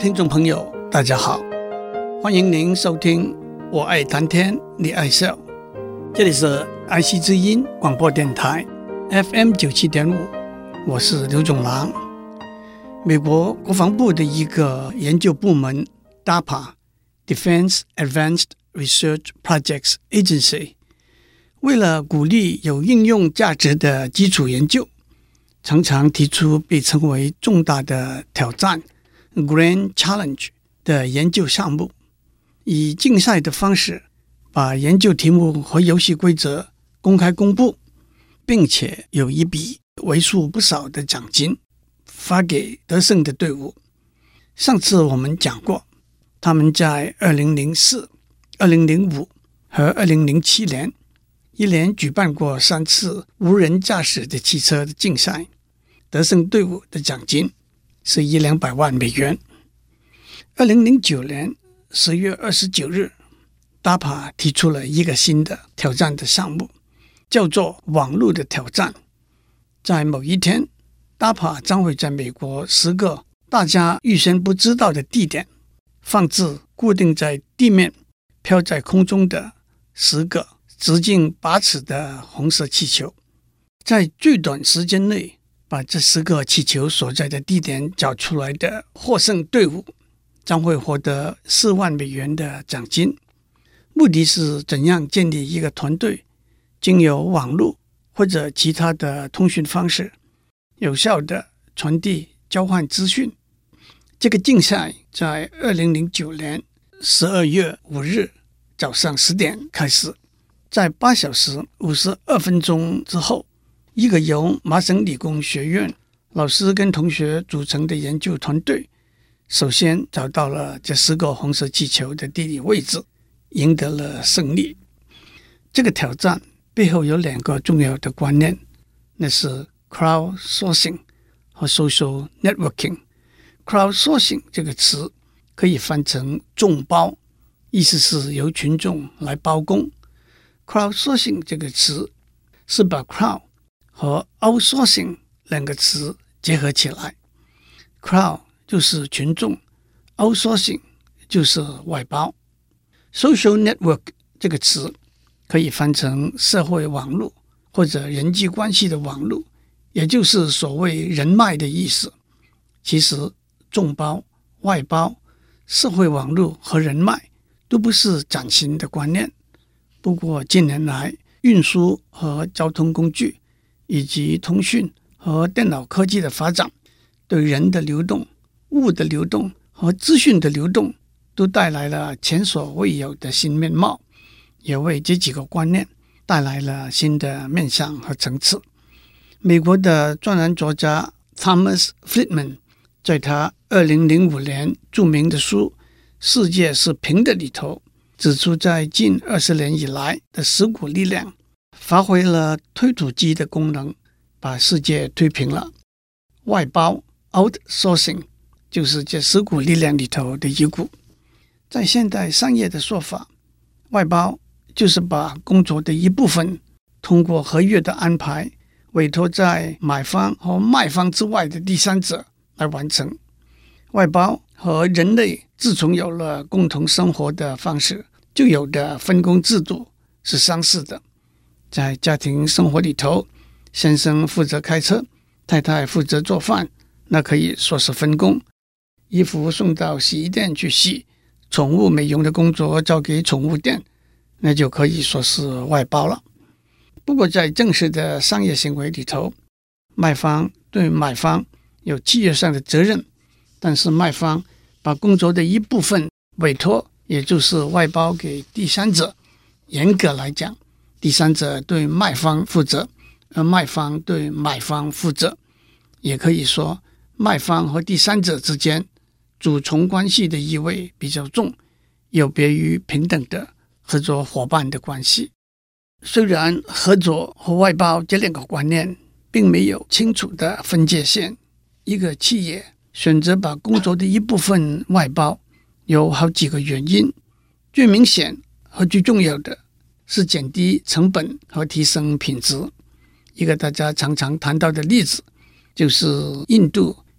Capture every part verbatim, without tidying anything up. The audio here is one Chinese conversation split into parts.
听众朋友大家好，欢迎您收听我爱谈天你爱笑，这里是爱惜之音广播电台 F M 九十七点五， 我是刘总郎。美国国防部的一个研究部门 D A R P A Defense Advanced Research Projects Agency 为了鼓励有应用价值的基础研究，常常提出被称为重大的挑战 Grand Challenge 的研究项目，以竞赛的方式把研究题目和游戏规则公开公布，并且有一笔为数不少的奖金发给得胜的队伍。上次我们讲过，他们在二零零四、二零零五和二零零七年一连举办过三次无人驾驶的汽车的竞赛，得胜队伍的奖金是一两百万美元。二零零九年十月二十九日 D A R P A 提出了一个新的挑战的项目，叫做网络的挑战。在某一天， D A R P A 将会在美国十个大家预先不知道的地点放置固定在地面飘在空中的十个直径八尺的红色气球，在最短时间内把这十个气球所在的地点找出来的获胜队伍将会获得四万美元的奖金。目的是怎样建立一个团队，经由网络或者其他的通讯方式有效的传递交换资讯。这个竞赛在二零零九年十二月五日早上十点开始，在八小时五十二分钟之后，一个由麻省理工学院老师跟同学组成的研究团队首先找到了这十个红色气球的地理位置，赢得了胜利。这个挑战背后有两个重要的观念，那是 crowdsourcing 和 social networking。 crowdsourcing 这个词可以翻成众包，意思是由群众来包工。 crowdsourcing 这个词是把 crowd 和 outsourcing 两个词结合起来， crowd 就是群众， outsourcing 就是外包。 social network 这个词可以翻成社会网络或者人际关系的网络，也就是所谓人脉的意思。其实众包、外包、社会网络和人脉都不是崭新的观念，不过近年来运输和交通工具以及通讯和电脑科技的发展，对人的流动、物的流动和资讯的流动都带来了前所未有的新面貌，也为这几个观念带来了新的面向和层次。美国的专栏作家 Thomas Friedman 在他二零零五年著名的书《世界是平的》里头指出，在近二十年以来的十股力量发挥了推土机的功能，把世界推平了。外包 outsourcing 就是这十股力量里头的一股。在现代商业的说法，外包就是把工作的一部分通过合约的安排委托在买方和卖方之外的第三者来完成。外包和人类自从有了共同生活的方式就有的分工制度是相似的。在家庭生活里头，先生负责开车，太太负责做饭，那可以说是分工。衣服送到洗衣店去洗，宠物美容的工作交给宠物店，那就可以说是外包了。不过在正式的商业行为里头，卖方对买方有契约上的责任，但是卖方把工作的一部分委托，也就是外包给第三者。严格来讲，第三者对卖方负责，而卖方对买方负责。也可以说，卖方和第三者之间主从关系的意味比较重，有别于平等的合作伙伴的关系。虽然合作和外包这两个观念并没有清楚的分界线，一个企业选择把工作的一部分外包有好几个原因，最明显和最重要的是减低成本和提升品质。一个大家常常谈到的例子就是印度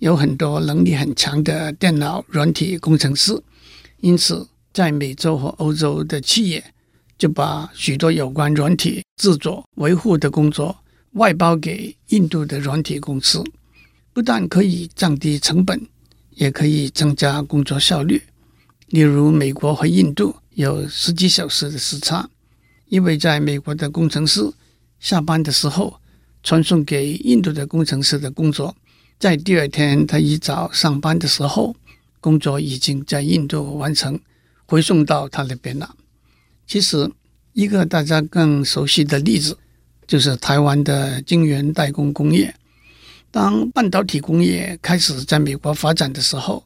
有很多能力很强的电脑软体工程师，因此在美洲和欧洲的企业就把许多有关软体制作维护的工作外包给印度的软体公司，不但可以降低成本，也可以增加工作效率。例如美国和印度有十几小时的时差，因为在美国的工程师下班的时候传送给印度的工程师的工作，在第二天他一早上班的时候，工作已经在印度完成，回送到他那边了。其实一个大家更熟悉的例子就是台湾的晶圆代工工业。当半导体工业开始在美国发展的时候，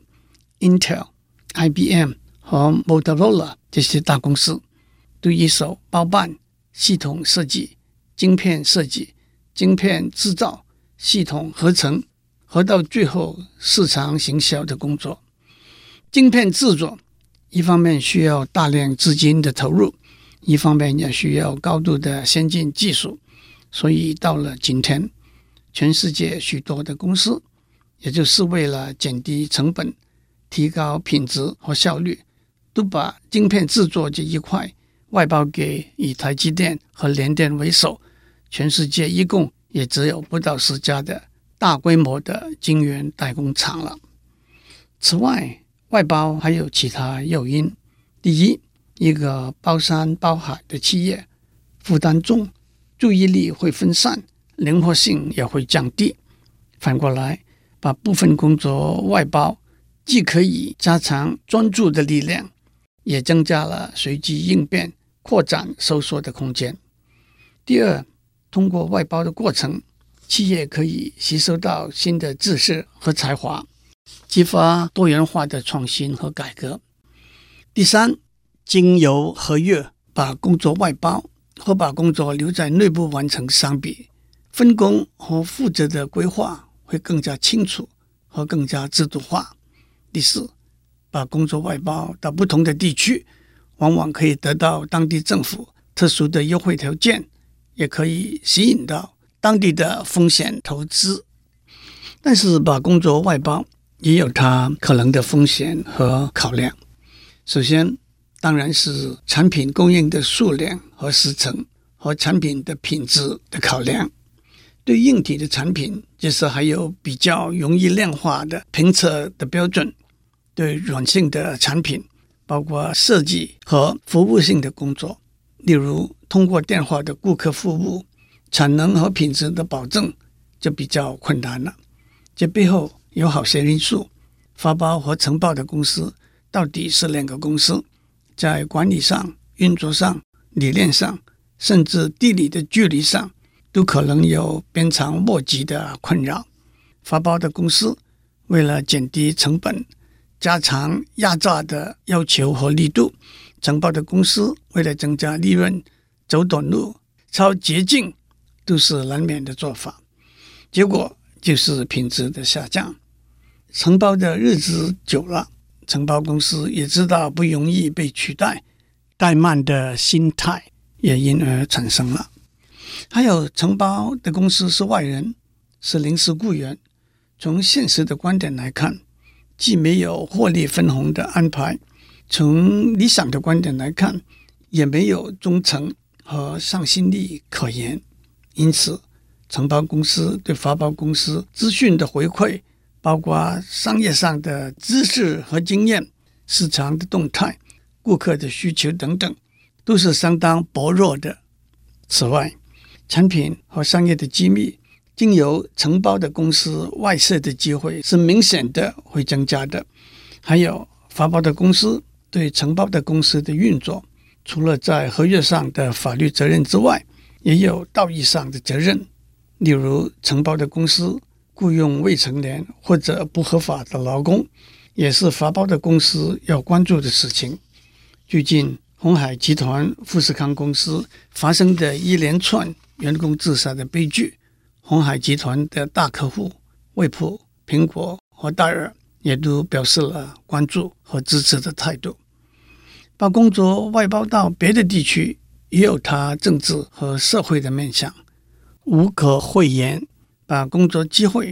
Intel、I B M 和 Motorola 这些大公司都一手包办系统设计、晶片设计、晶片制造、系统合成和到最后市场行销的工作。晶片制作一方面需要大量资金的投入，一方面也需要高度的先进技术，所以到了今天，全世界许多的公司也就是为了减低成本、提高品质和效率，都把晶片制作这一块外包给以台积电和联电为首，全世界一共也只有不到十家的大规模的晶圆代工厂了。此外，外包还有其他诱因。第一，一个包山包海的企业负担重，注意力会分散，灵活性也会降低。反过来，把部分工作外包，既可以加强专注的力量，也增加了随机应变、扩展收缩的空间。第二，通过外包的过程，企业可以吸收到新的知识和才华，激发多元化的创新和改革。第三，经由合约把工作外包和把工作留在内部完成相比，分工和负责的规划会更加清楚和更加制度化。第四，把工作外包到不同的地区，往往可以得到当地政府特殊的优惠条件，也可以吸引到当地的风险投资。但是把工作外包也有它可能的风险和考量。首先，当然是产品供应的数量和时程和产品的品质的考量。对硬体的产品，就是还有比较容易量化的评测的标准；对软性的产品，包括设计和服务性的工作，例如通过电话的顾客服务，产能和品质的保证就比较困难了。这背后有好些因素，发包和承包的公司到底是两个公司，在管理上、运作上、理念上，甚至地理的距离上，都可能有鞭长莫及的困扰。发包的公司为了减低成本，加强压榨的要求和力度，承包的公司为了增加利润，走短路、抄捷径，都是难免的做法。结果就是品质的下降。承包的日子久了，承包公司也知道不容易被取代，怠慢的心态也因而产生了。还有承包的公司是外人，是临时雇员，从现实的观点来看，既没有获利分红的安排，从理想的观点来看，也没有忠诚和上心力可言。因此，承包公司对发包公司资讯的回馈，包括商业上的知识和经验、市场的动态、顾客的需求等等，都是相当薄弱的。此外，产品和商业的机密经由承包的公司外泄的机会是明显的会增加的。还有发包的公司对承包的公司的运作，除了在合约上的法律责任之外，也有道义上的责任。例如承包的公司雇用未成年或者不合法的劳工，也是发包的公司要关注的事情。最近鸿海集团富士康公司发生的一连串员工自杀的悲剧，鸿海集团的大客户惠普、苹果和戴尔也都表示了关注和支持的态度。把工作外包到别的地区，也有它政治和社会的面向。无可讳言，把工作机会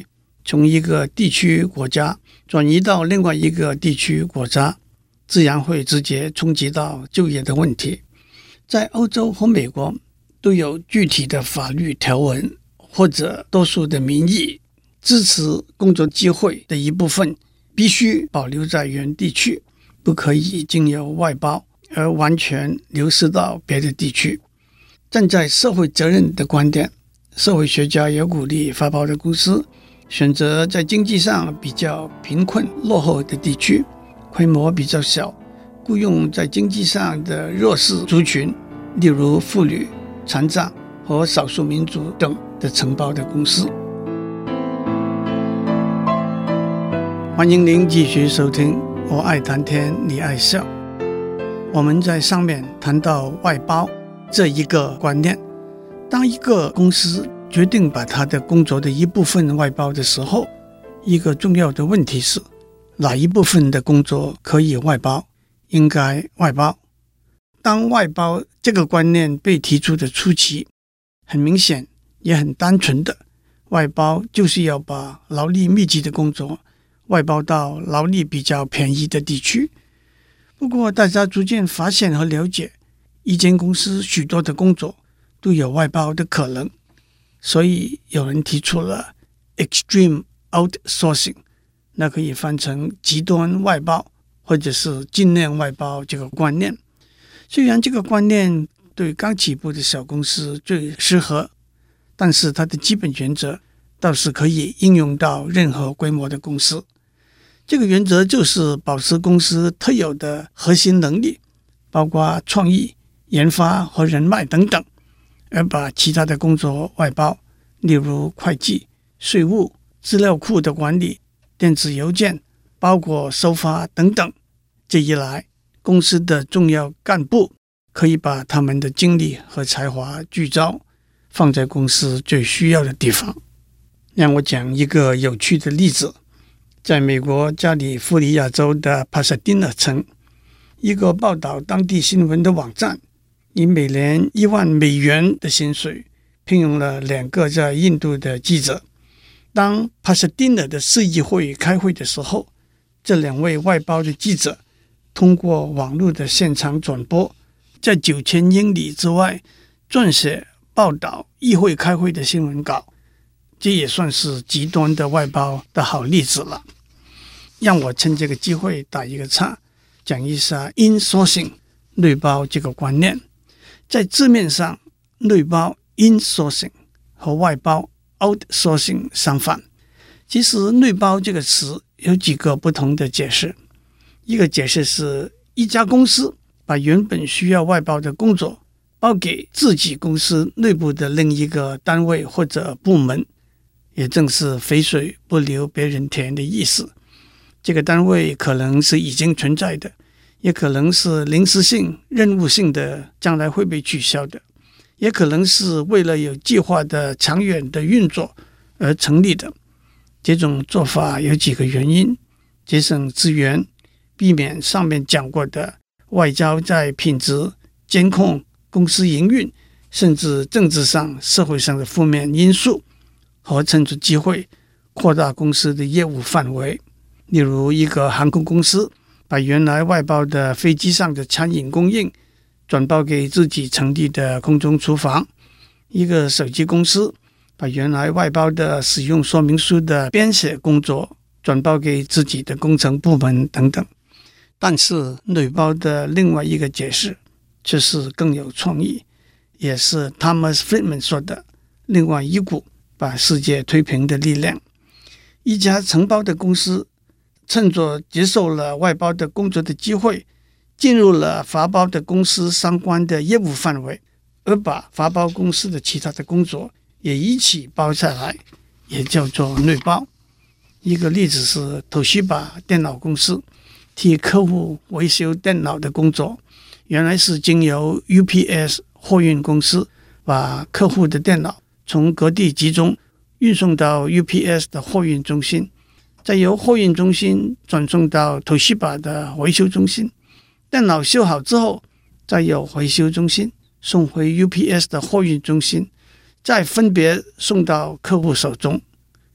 从一个地区国家转移到另外一个地区国家，自然会直接冲击到就业的问题。在欧洲和美国都有具体的法律条文或者多数的民意支持工作机会的一部分必须保留在原地区，不可以经由外包而完全流失到别的地区。站在社会责任的观点，社会学家也鼓励发包的公司选择在经济上比较贫困落后的地区，规模比较小，雇用在经济上的弱势族群，例如妇女、残障和少数民族等的承包的公司。欢迎您继续收听我爱谈天你爱笑。我们在上面谈到外包这一个观念，当一个公司决定把他的工作的一部分外包的时候，一个重要的问题是哪一部分的工作可以外包，应该外包。当外包这个观念被提出的初期，很明显也很单纯的，外包就是要把劳力密集的工作外包到劳力比较便宜的地区。不过大家逐渐发现和了解，一间公司许多的工作都有外包的可能，所以有人提出了 extreme outsourcing， 那可以翻成极端外包或者是尽量外包这个观念。虽然这个观念对刚起步的小公司最适合，但是它的基本原则倒是可以应用到任何规模的公司。这个原则就是保持公司特有的核心能力，包括创意、研发和人脉等等，而把其他的工作外包，例如会计、税务、资料库的管理、电子邮件、包裹收发等等。这一来，公司的重要干部可以把他们的精力和才华聚焦，放在公司最需要的地方。让我讲一个有趣的例子。在美国加利福尼亚州的帕萨迪纳城，一个报道当地新闻的网站以每年一万美元的薪水聘用了两个在印度的记者。当帕萨迪纳的市议会开会的时候，这两位外包的记者通过网络的现场转播，在九千英里之外撰写报道议会开会的新闻稿，这也算是极端的外包的好例子了。让我趁这个机会打一个岔，讲一下 insourcing 内包这个观念。在字面上，内包 insourcing 和外包 outsourcing 相反。其实内包这个词有几个不同的解释。一个解释是一家公司把原本需要外包的工作包给自己公司内部的另一个单位或者部门，也正是肥水不流别人田的意思。这个单位可能是已经存在的，也可能是临时性、任务性的，将来会被取消的，也可能是为了有计划的长远的运作而成立的。这种做法有几个原因：节省资源，避免上面讲过的外交在品质、监控、公司营运，甚至政治上、社会上的负面因素，和趁着机会扩大公司的业务范围。例如，一个航空公司把原来外包的飞机上的餐饮供应转包给自己成立的空中厨房；一个手机公司把原来外包的使用说明书的编写工作转包给自己的工程部门等等。但是内包的另外一个解释却是更有创意，也是 Thomas Friedman 说的另外一股把世界推平的力量。一家承包的公司趁着接受了外包的工作的机会，进入了发包的公司相关的业务范围，而把发包公司的其他的工作也一起包下来，也叫做内包。一个例子是 Toshiba 电脑公司替客户维修电脑的工作，原来是经由 U P S 货运公司把客户的电脑从各地集中运送到 U P S 的货运中心，再由货运中心转送到 Toshiba 的维修中心。电脑修好之后，再由维修中心送回 U P S 的货运中心，再分别送到客户手中。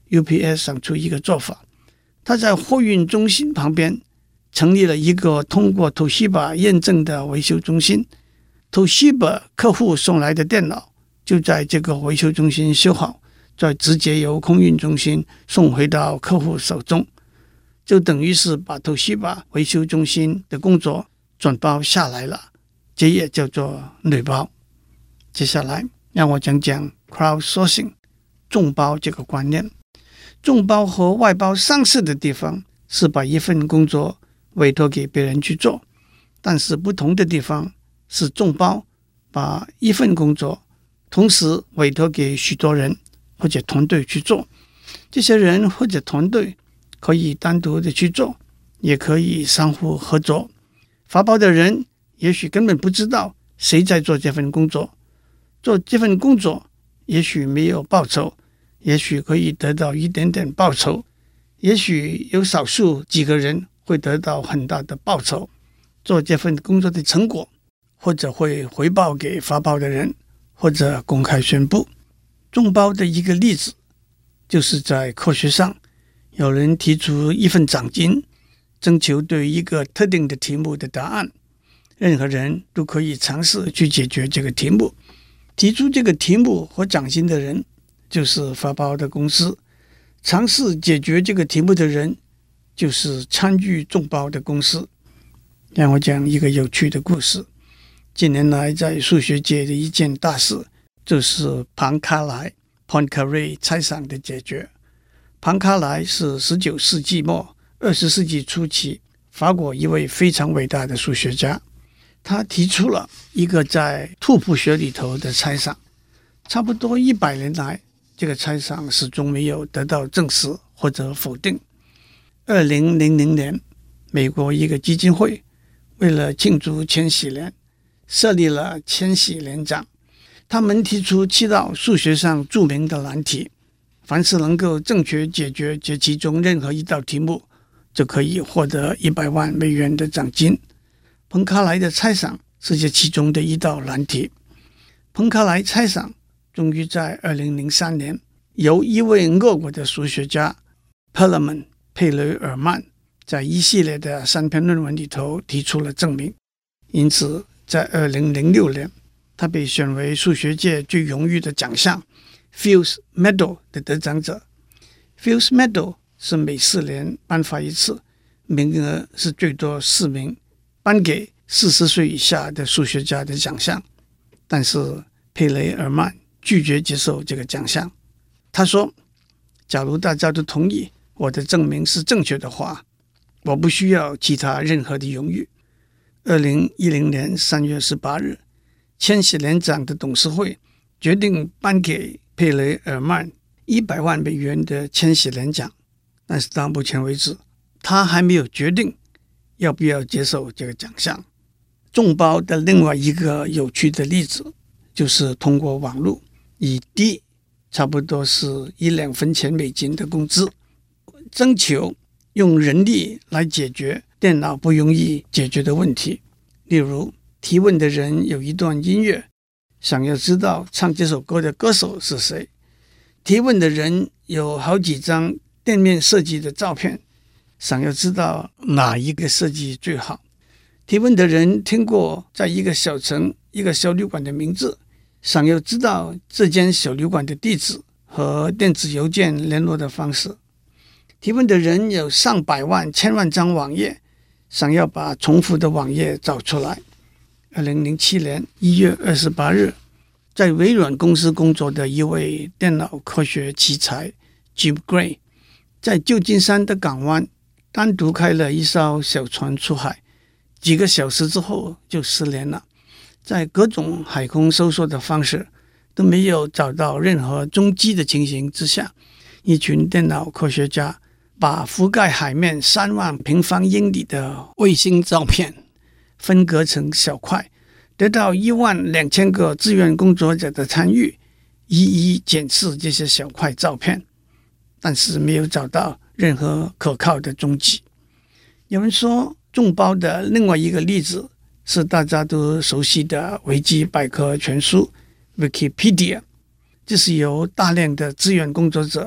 U P S 想出一个做法，他在货运中心旁边成立了一个通过 Toshiba 验证的维修中心。Toshiba 客户送来的电脑就在这个维修中心修好，再直接由空运中心送回到客户手中，就等于是把 Toshiba 维修中心的工作转包下来了，这也叫做内包。接下来让我讲讲 crowdsourcing 众包这个观念。众包和外包相似的地方是把一份工作委托给别人去做，但是不同的地方是众包把一份工作同时委托给许多人或者团队去做，这些人或者团队可以单独的去做，也可以相互合作。发包的人也许根本不知道谁在做这份工作，做这份工作也许没有报酬，也许可以得到一点点报酬，也许有少数几个人会得到很大的报酬，做这份工作的成果或者会回报给发包的人，或者公开宣布。众包的一个例子就是在科学上，有人提出一份奖金，征求对一个特定的题目的答案，任何人都可以尝试去解决这个题目。提出这个题目和奖金的人就是发包的公司，尝试解决这个题目的人就是参与众包的公司。让我讲一个有趣的故事。近年来在数学界的一件大事就是庞卡莱 Poincaré 猜想的解决。庞卡莱是十九世纪末二十世纪初期法国一位非常伟大的数学家，他提出了一个在拓扑学里头的猜想。差不多一百年来，这个猜想始终没有得到证实或者否定。二零零零年，美国一个基金会为了庆祝千禧年，设立了千禧年奖。他们提出七道数学上著名的难题，凡是能够正确解决这其中任何一道题目，就可以获得一百万美元的奖金。彭卡莱的猜想是这其中的一道难题。彭卡莱猜想终于在二零零三年由一位俄国的数学家 Perelman 佩雷尔曼在一系列的三篇论文里头提出了证明。因此在二零零六年，他被选为数学界最荣誉的奖项 Fields Medal 的得奖者。 Fields Medal 是每四年颁发一次，名额是最多四名，颁给四十岁以下的数学家的奖项。但是佩雷尔曼拒绝接受这个奖项。他说，假如大家都同意我的证明是正确的话，我不需要其他任何的荣誉。二零一零年三月十八日，千禧年奖的董事会决定颁给佩雷尔曼一百万美元的千禧年奖，但是到目前为止，他还没有决定要不要接受这个奖项。众包的另外一个有趣的例子，就是通过网络以低差不多是一两分钱美金的工资，征求用人力来解决电脑不容易解决的问题。例如，提问的人有一段音乐，想要知道唱这首歌的歌手是谁。提问的人有好几张店面设计的照片，想要知道哪一个设计最好。提问的人听过在一个小城一个小旅馆的名字，想要知道这间小旅馆的地址和电子邮件联络的方式。提问的人有上百万千万张网页，想要把重复的网页找出来。二零零七年一月二十八日，在微软公司工作的一位电脑科学奇才 Jim Gray 在旧金山的港湾单独开了一艘小船出海，几个小时之后就失联了。在各种海空搜索的方式都没有找到任何踪迹的情形之下，一群电脑科学家把覆盖海面三万平方英里的卫星照片分割成小块，得到一万两千个志愿工作者的参与，一一检视这些小块照片，但是没有找到任何可靠的踪迹。有人说，众包的另外一个例子是大家都熟悉的维基百科全书 Wikipedia， 这是由大量的志愿工作者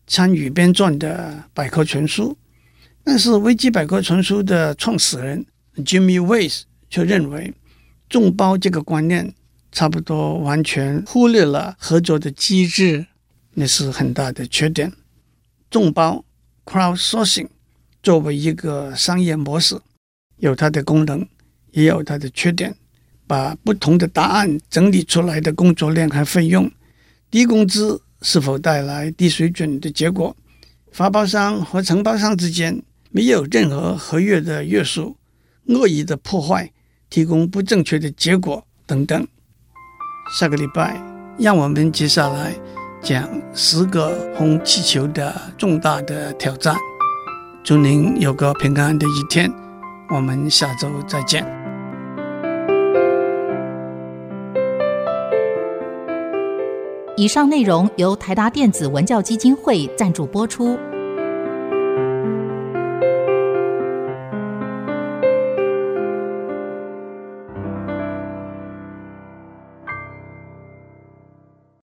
参与编撰的百科全书，但是维基百科全书的创始人 Jimmy Wales 却认为众包这个观念差不多完全忽略了合作的机制，那是很大的缺点。众包 crowdsourcing 作为一个商业模式，有它的功能，也有它的缺点。把不同的答案整理出来的工作量和费用，低工资是否带来低水准的结果，发包商和承包商之间没有任何合约的约束，恶意的破坏，提供不正确的结果等等。下个礼拜让我们接下来讲十个红气球的重大的挑战。祝您有个平安的一天，我们下周再见。 以上内容由台达电子文教基金会赞助播出。